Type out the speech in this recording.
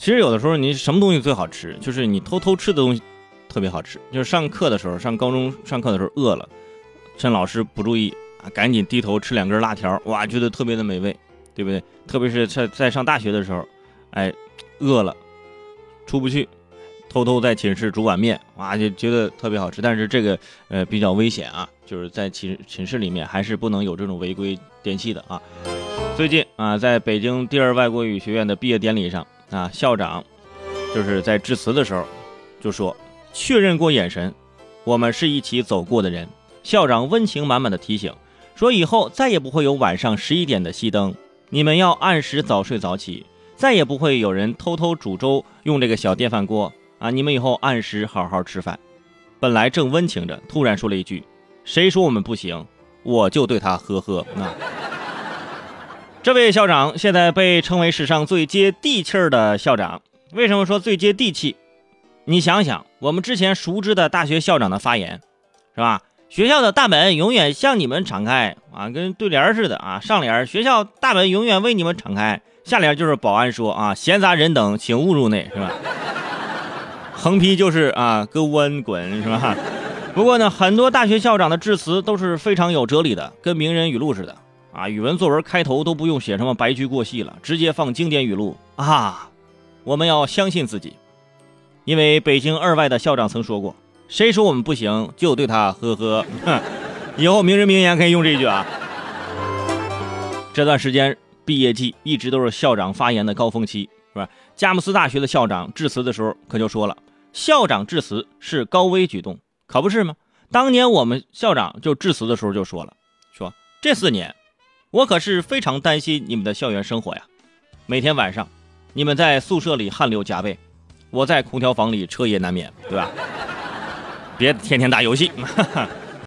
其实有的时候你什么东西最好吃，就是你偷偷吃的东西特别好吃。就是上课的时候，上高中上课的时候饿了，趁老师不注意啊，赶紧低头吃2根辣条，哇，觉得特别的美味，对不对？特别是在上大学的时候，哎，饿了出不去，偷偷在寝室煮碗面，哇，就觉得特别好吃。但是这个比较危险啊，就是在寝室里面还是不能有这种违规电器的啊。最近啊，在北京第2外国语学院的毕业典礼上啊，校长就是在致辞的时候就说，确认过眼神，我们是一起走过的人。校长温情满满的提醒说，以后再也不会有晚上11点的熄灯，你们要按时早睡早起，再也不会有人偷偷煮粥用这个小电饭锅啊！你们以后按时好好吃饭。本来正温情着，突然说了一句，谁说我们不行，我就对他呵呵啊。这位校长现在被称为史上最接地气儿的校长。为什么说最接地气？你想想我们之前熟知的大学校长的发言，是吧？学校的大门永远向你们敞开啊，跟对联似的啊。上联学校大门永远为你们敞开，下联就是保安说啊，闲杂人等请勿入内，是吧？横批就是啊，给我滚，是吧？不过呢，很多大学校长的致辞都是非常有哲理的，跟名人语录似的啊。语文作文开头都不用写什么白驹过隙了，直接放经典语录啊。我们要相信自己，因为北京2外的校长曾说过，谁说我们不行，就对他呵呵。以后名人名言可以用这一句啊。这段时间毕业季一直都是校长发言的高峰期，是吧？佳木斯大学的校长致辞的时候可就说了，校长致辞是高危举动，可不是吗？当年我们校长就致辞的时候就说了，说这4年我可是非常担心你们的校园生活呀，每天晚上你们在宿舍里汗流浃背，我在空调房里彻夜难眠，对吧？别天天打游戏。